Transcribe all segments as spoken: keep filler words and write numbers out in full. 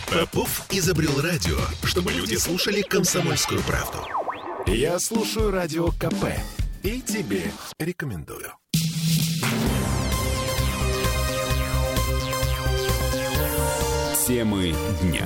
Попов изобрел радио, чтобы люди слушали «Комсомольскую правду». Я слушаю Радио КП и тебе рекомендую. Темы дня.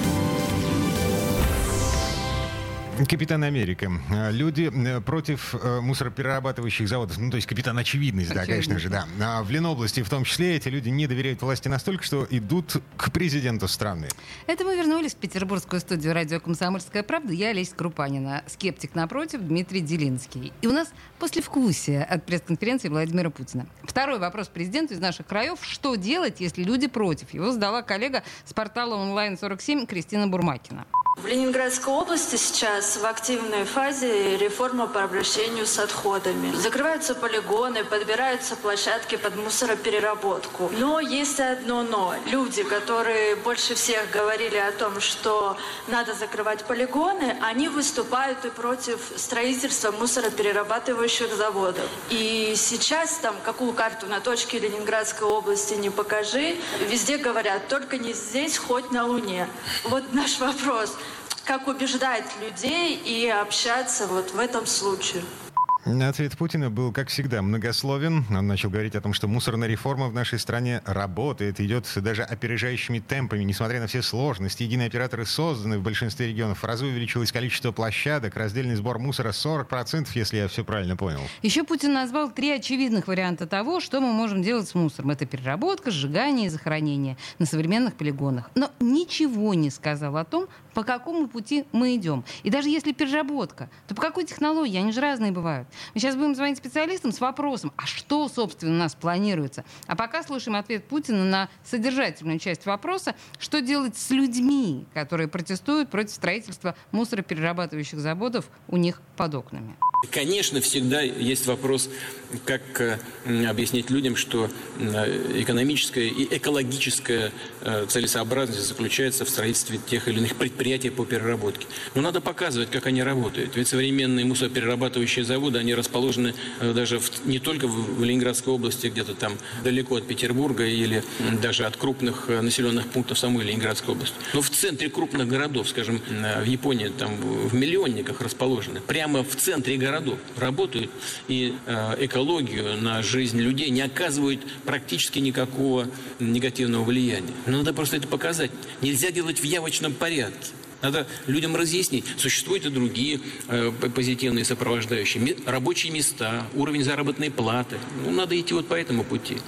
Капитан Америка. Люди против мусороперерабатывающих заводов. Ну, то есть капитан очевидность, да, конечно же, да. А в Ленобласти в том числе эти люди не доверяют власти настолько, что идут к президенту страны. Это мы вернулись в петербургскую студию радио «Комсомольская правда». Я Олеся Крупанина. Скептик напротив, Дмитрий Делинский. И у нас послевкусие от пресс-конференции Владимира Путина. Второй вопрос президенту из наших краев. Что делать, если люди против? Его задала коллега с портала онлайн сорок семь Кристина Бурмакина. В Ленинградской области сейчас в активной фазе реформа по обращению с отходами. Закрываются полигоны, подбираются площадки под мусоропереработку. Но есть одно но. Люди, которые больше всех говорили о том, что надо закрывать полигоны, они выступают и против строительства мусороперерабатывающих заводов. И сейчас там, какую карту на точке Ленинградской области не покажи, везде говорят, только не здесь, хоть на Луне. Вот наш вопрос. Как убеждать людей и общаться вот в этом случае? Ответ Путина был, как всегда, многословен. Он начал говорить о том, что мусорная реформа в нашей стране работает, идет даже опережающими темпами. Несмотря на все сложности, единые операторы созданы в большинстве регионов. В разы увеличилось количество площадок, раздельный сбор мусора сорок процентов, если я все правильно понял. Еще Путин назвал три очевидных варианта того, что мы можем делать с мусором. Это переработка, сжигание и захоронение на современных полигонах. Но ничего не сказал о том, по какому пути мы идем. И даже если переработка, то по какой технологии? Они же разные бывают. Мы сейчас будем звонить специалистам с вопросом, а что, собственно, у нас планируется? А пока слушаем ответ Путина на содержательную часть вопроса, что делать с людьми, которые протестуют против строительства мусороперерабатывающих заводов у них под окнами. Конечно, всегда есть вопрос, как э, объяснить людям, что э, экономическая и экологическая э, целесообразность заключается в строительстве тех или иных предприятий по переработке. Но надо показывать, как они работают. Ведь современные мусороперерабатывающие заводы, они расположены э, даже в, не только в, в Ленинградской области, где-то там далеко от Петербурга или э, даже от крупных э, населенных пунктов самой Ленинградской области. Но в центре крупных городов, скажем, э, в Японии, там в миллионниках расположены, прямо в центре городов работают, и э, экологию на жизнь людей не оказывают практически никакого негативного влияния. Но надо просто это показать. Нельзя делать в явочном порядке. Надо людям разъяснить. Существуют и другие э, позитивные сопровождающие. Ме- рабочие места, уровень заработной платы. Ну, надо идти вот по этому пути.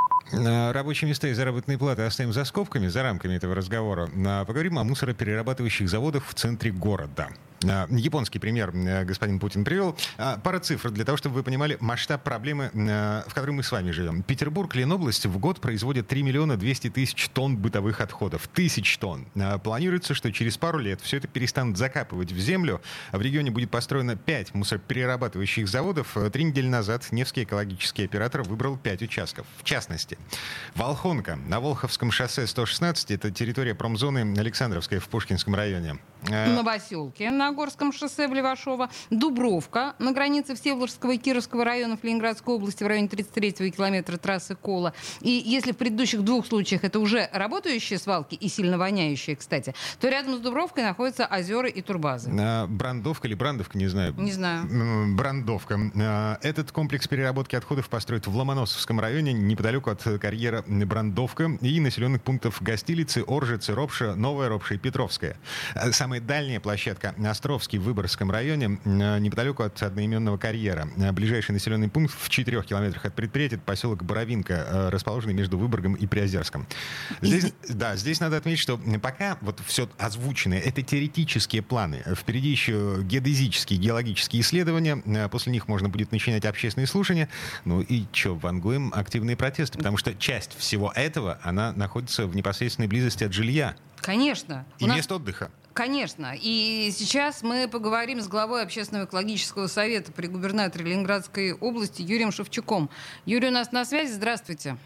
Рабочие места и заработные платы оставим за скобками, за рамками этого разговора. Поговорим о мусороперерабатывающих заводах в центре города. Японский пример господин Путин привел. Пара цифр для того, чтобы вы понимали масштаб проблемы, в которой мы с вами живем. Петербург, Ленобласть в год производит три миллиона двести тысяч тонн бытовых отходов. Тысяч тонн. Планируется, что через пару лет все это перестанут закапывать в землю. В регионе будет построено пять мусороперерабатывающих заводов. Три недели назад Невский экологический оператор выбрал пять участков. В частности, Волхонка на Волховском шоссе сто шестнадцать. Это территория промзоны Александровская в Пушкинском районе. Новоселки на Горском шоссе в Левашово, Дубровка на границе Всеволожского и Кировского районов Ленинградской области в районе тридцать третьего километра трассы Кола. И если в предыдущих двух случаях это уже работающие свалки и сильно воняющие, кстати, то рядом с Дубровкой находятся озера и турбазы. Брандовка или Брандовка, не знаю. Не знаю. Брандовка. Этот комплекс переработки отходов построят в Ломоносовском районе, неподалеку от карьера Брандовка и населенных пунктов Гостилицы, Оржицы, Ропша, Новая Ропша и Петровская. Самая дальняя площадка Островский в Выборгском районе, неподалеку от одноименного карьера. Ближайший населенный пункт в четырех километрах от предприятия — это поселок Боровинка, расположенный между Выборгом и Приозерском. Здесь, да, здесь надо отметить, что пока вот все озвученное — это теоретические планы. Впереди еще геодезические, геологические исследования. После них можно будет начинать общественные слушания. Ну и что, вангуем активные протесты, потому что часть всего этого, она находится в непосредственной близости от жилья. Конечно. И мест отдыха. Конечно. И сейчас мы поговорим с главой Общественного экологического совета при губернаторе Ленинградской области Юрием Шевчуком. Юрий у нас на связи. Здравствуйте.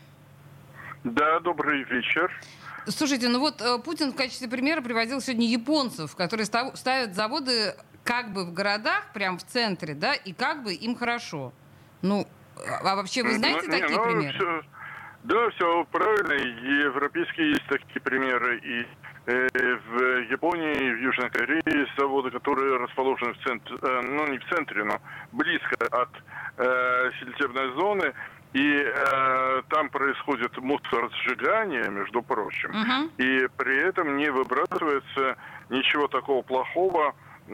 Да, добрый вечер. Слушайте, ну вот Путин в качестве примера приводил сегодня японцев, которые ставят заводы как бы в городах, прям в центре, да, и как бы им хорошо. Ну, а вообще вы знаете ну, такие не, ну, примеры? Все, Да, все правильно. Европейские есть такие примеры. И э, в Японии, и в Южной Корее есть заводы, которые расположены в центре, э, ну не в центре, но близко от э, сельдебной зоны. И э, там происходит мусоросжигание, между прочим. Uh-huh. И при этом не выбрасывается ничего такого плохого,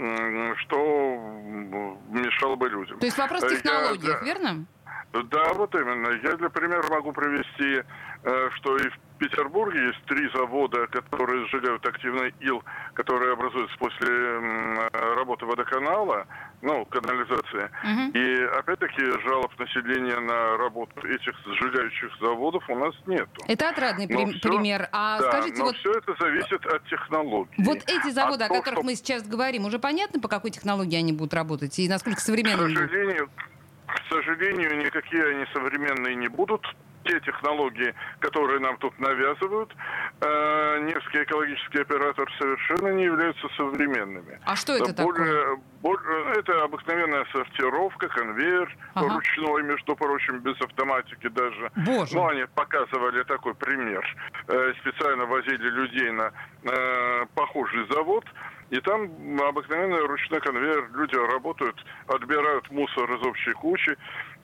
что мешало бы людям. То есть вопрос в технологиях, Я, верно? Да, вот именно. Я для примера могу привести, что и в Петербурге есть три завода, которые сжигают активный ил, который образуется после работы водоканала, ну, канализации. Угу. И опять-таки жалоб населения на работу этих сжигающих заводов у нас нет. Это отрадный при- все, пример. А да, скажите, но вот... все это зависит от технологий. Вот эти заводы, а о которых что... мы сейчас говорим, уже понятно, по какой технологии они будут работать и насколько современными будут? К сожалению, к сожалению, никакие они современные не будут. Те технологии, которые нам тут навязывают, э, Невский экологический оператор совершенно не являются современными. А что это более, такое? Более, это обыкновенная сортировка, конвейер, ага. ручной, между прочим, без автоматики даже. Боже. Ну, они показывали такой пример. Э, специально возили людей на э, похожий завод, и там обыкновенный ручной конвейер, люди работают, отбирают мусор из общей кучи.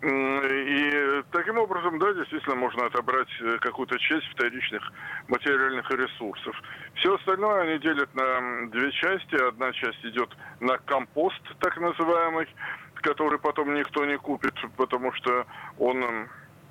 И таким образом, да, действительно можно отобрать какую-то часть вторичных материальных ресурсов. Все остальное они делят на две части. Одна часть идет на компост, так называемый, который потом никто не купит, потому что он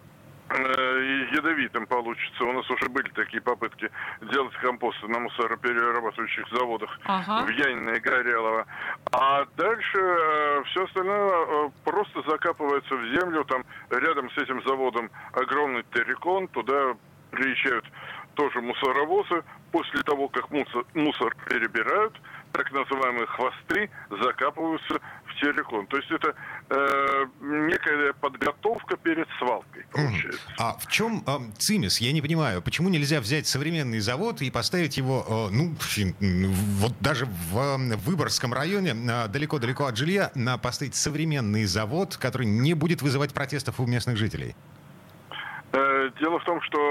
ядовитым получится. У нас уже были такие попытки делать компосты на мусороперерабатывающих заводах ага. в Янино и Горелово. А дальше э, все остальное э, просто закапывается в землю. Там рядом с этим заводом огромный террикон. Туда приезжают тоже мусоровозы. После того, как мусор, мусор перебирают, так называемые хвосты закапываются в террикон. То есть это э, некая подготовка перед свалкой, получается. А в чем э, цимис? Я не понимаю, почему нельзя взять современный завод и поставить его, э, ну, вот даже в э, Выборгском районе, э, далеко-далеко от жилья, на поставить современный завод, который не будет вызывать протестов у местных жителей? Дело в том, что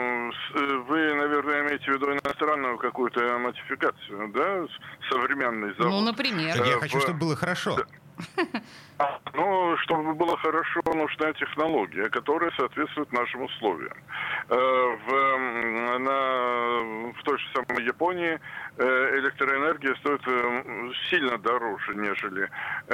вы, наверное, имеете в виду иностранную какую-то модификацию, да, современный завод. Ну, например. Я в... хочу, чтобы было хорошо. А, ну, чтобы было хорошо, нужна технология, которая соответствует нашим условиям. В, на, в той же самой Японии электроэнергия стоит сильно дороже, нежели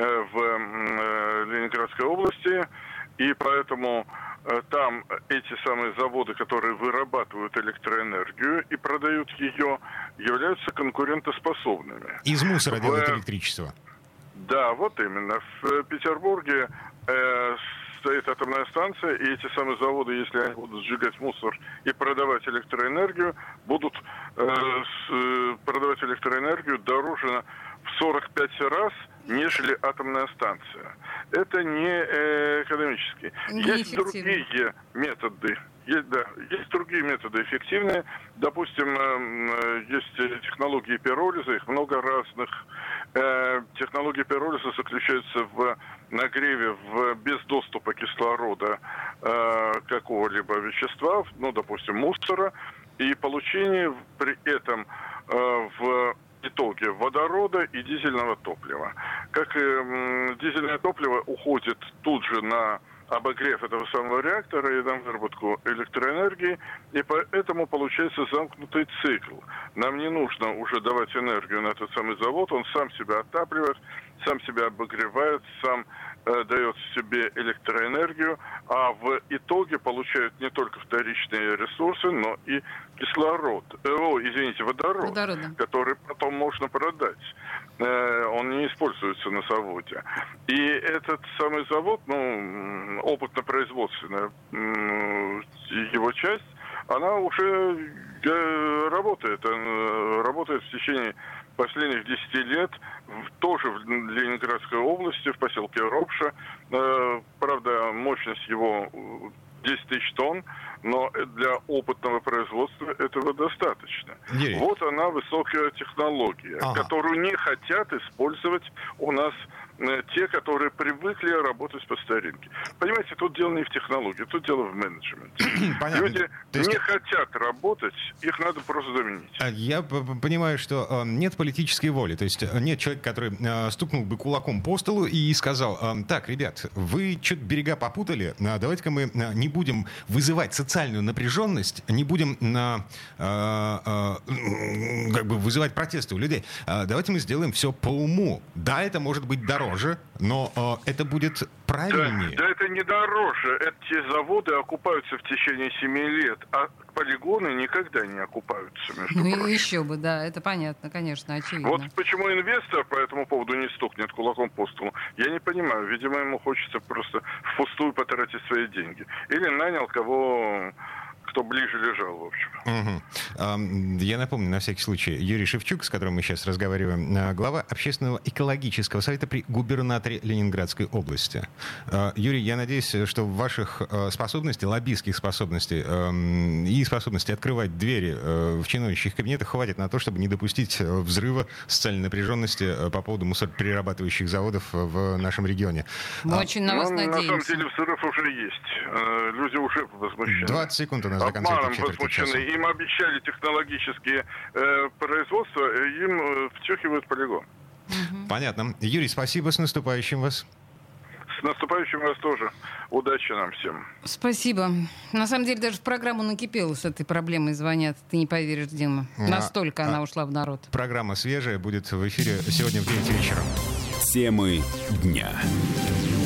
в Ленинградской области, и поэтому там эти самые заводы, которые вырабатывают электроэнергию и продают ее, являются конкурентоспособными. Из мусора в... делают электричество. Да, вот именно. В Петербурге э, стоит атомная станция, и эти самые заводы, если они будут сжигать мусор и продавать электроэнергию, будут э, с, продавать электроэнергию дороже в сорок пять раз, нежели атомная станция. Это не э, экономически. Есть другие методы. Есть, да, есть другие методы эффективные. Допустим, э, есть технологии пиролиза, их много разных. Э, технологии пиролиза заключаются в нагреве в, без доступа кислорода э, какого-либо вещества, ну, допустим, мусора, и получение при этом э, в итоге водорода и дизельного топлива. Как э, дизельное топливо уходит тут же на обогрев этого самого реактора и на выработку электроэнергии, и поэтому получается замкнутый цикл. Нам не нужно уже давать энергию на этот самый завод, он сам себя отапливает, сам себя обогревает, сам э, дает себе электроэнергию, а в итоге получают не только вторичные ресурсы, но и кислород, э, о, извините, водород, водород, который потом можно продать. Э, он не используется на заводе. И этот самый завод, ну, опытно-производственная э, его часть, она уже э, работает, э, работает в течение последних десяти лет, тоже в Ленинградской области, в поселке Ропша. Правда, мощность его десять тысяч тонн, но для опытного производства этого достаточно. Юрий. Вот она высокая технология, Ага. которую не хотят использовать у нас те, которые привыкли работать по старинке. Понимаете, тут дело не в технологии, тут дело в менеджменте. Понятно. Люди есть... не хотят работать, их надо просто заменить. Я понимаю, что э, нет политической воли. То есть нет человека, который э, стукнул бы кулаком по столу и сказал: э, так, ребят, вы что-то берега попутали, э, давайте-ка мы э, не будем вызывать социальную напряженность, не будем э, э, как бы вызывать протесты у людей. Э, давайте мы сделаем все по уму. Да, это может быть дороже, но э, это будет правильнее. Да, да, это не дороже. Эти заводы окупаются в течение семи лет, а полигоны никогда не окупаются, между Ну прочим. и еще бы, да, это понятно, конечно, очевидно. Вот почему инвестор по этому поводу не стукнет кулаком по столу, я не понимаю. Видимо, ему хочется просто впустую потратить свои деньги. Или нанял кого... кто ближе лежал, в общем. Угу. Я напомню, на всякий случай, Юрий Шевчук, с которым мы сейчас разговариваем, глава Общественного экологического совета при губернаторе Ленинградской области. Юрий, я надеюсь, что ваших способностей, лоббистских способностей и способностей открывать двери в чиновничьих кабинетах хватит на то, чтобы не допустить взрыва социальной напряженности по поводу мусороперерабатывающих заводов в нашем регионе. Мы очень на вас ну, надеемся. На самом деле взрыв уже есть. Люди уже возмущены. двадцать секунд у нас до конца Обманом этой четверти часа. возмущены. Им обещали технологические э, производства, им э, втюхивают полигон. Понятно. Юрий, спасибо, с наступающим вас. С наступающим вас тоже. Удачи нам всем. Спасибо. На самом деле даже в программу накипело с этой проблемой звонят. Ты не поверишь, Дима. А, Настолько а, она ушла в народ. Программа свежая будет в эфире сегодня в девять вечера. Темы дня.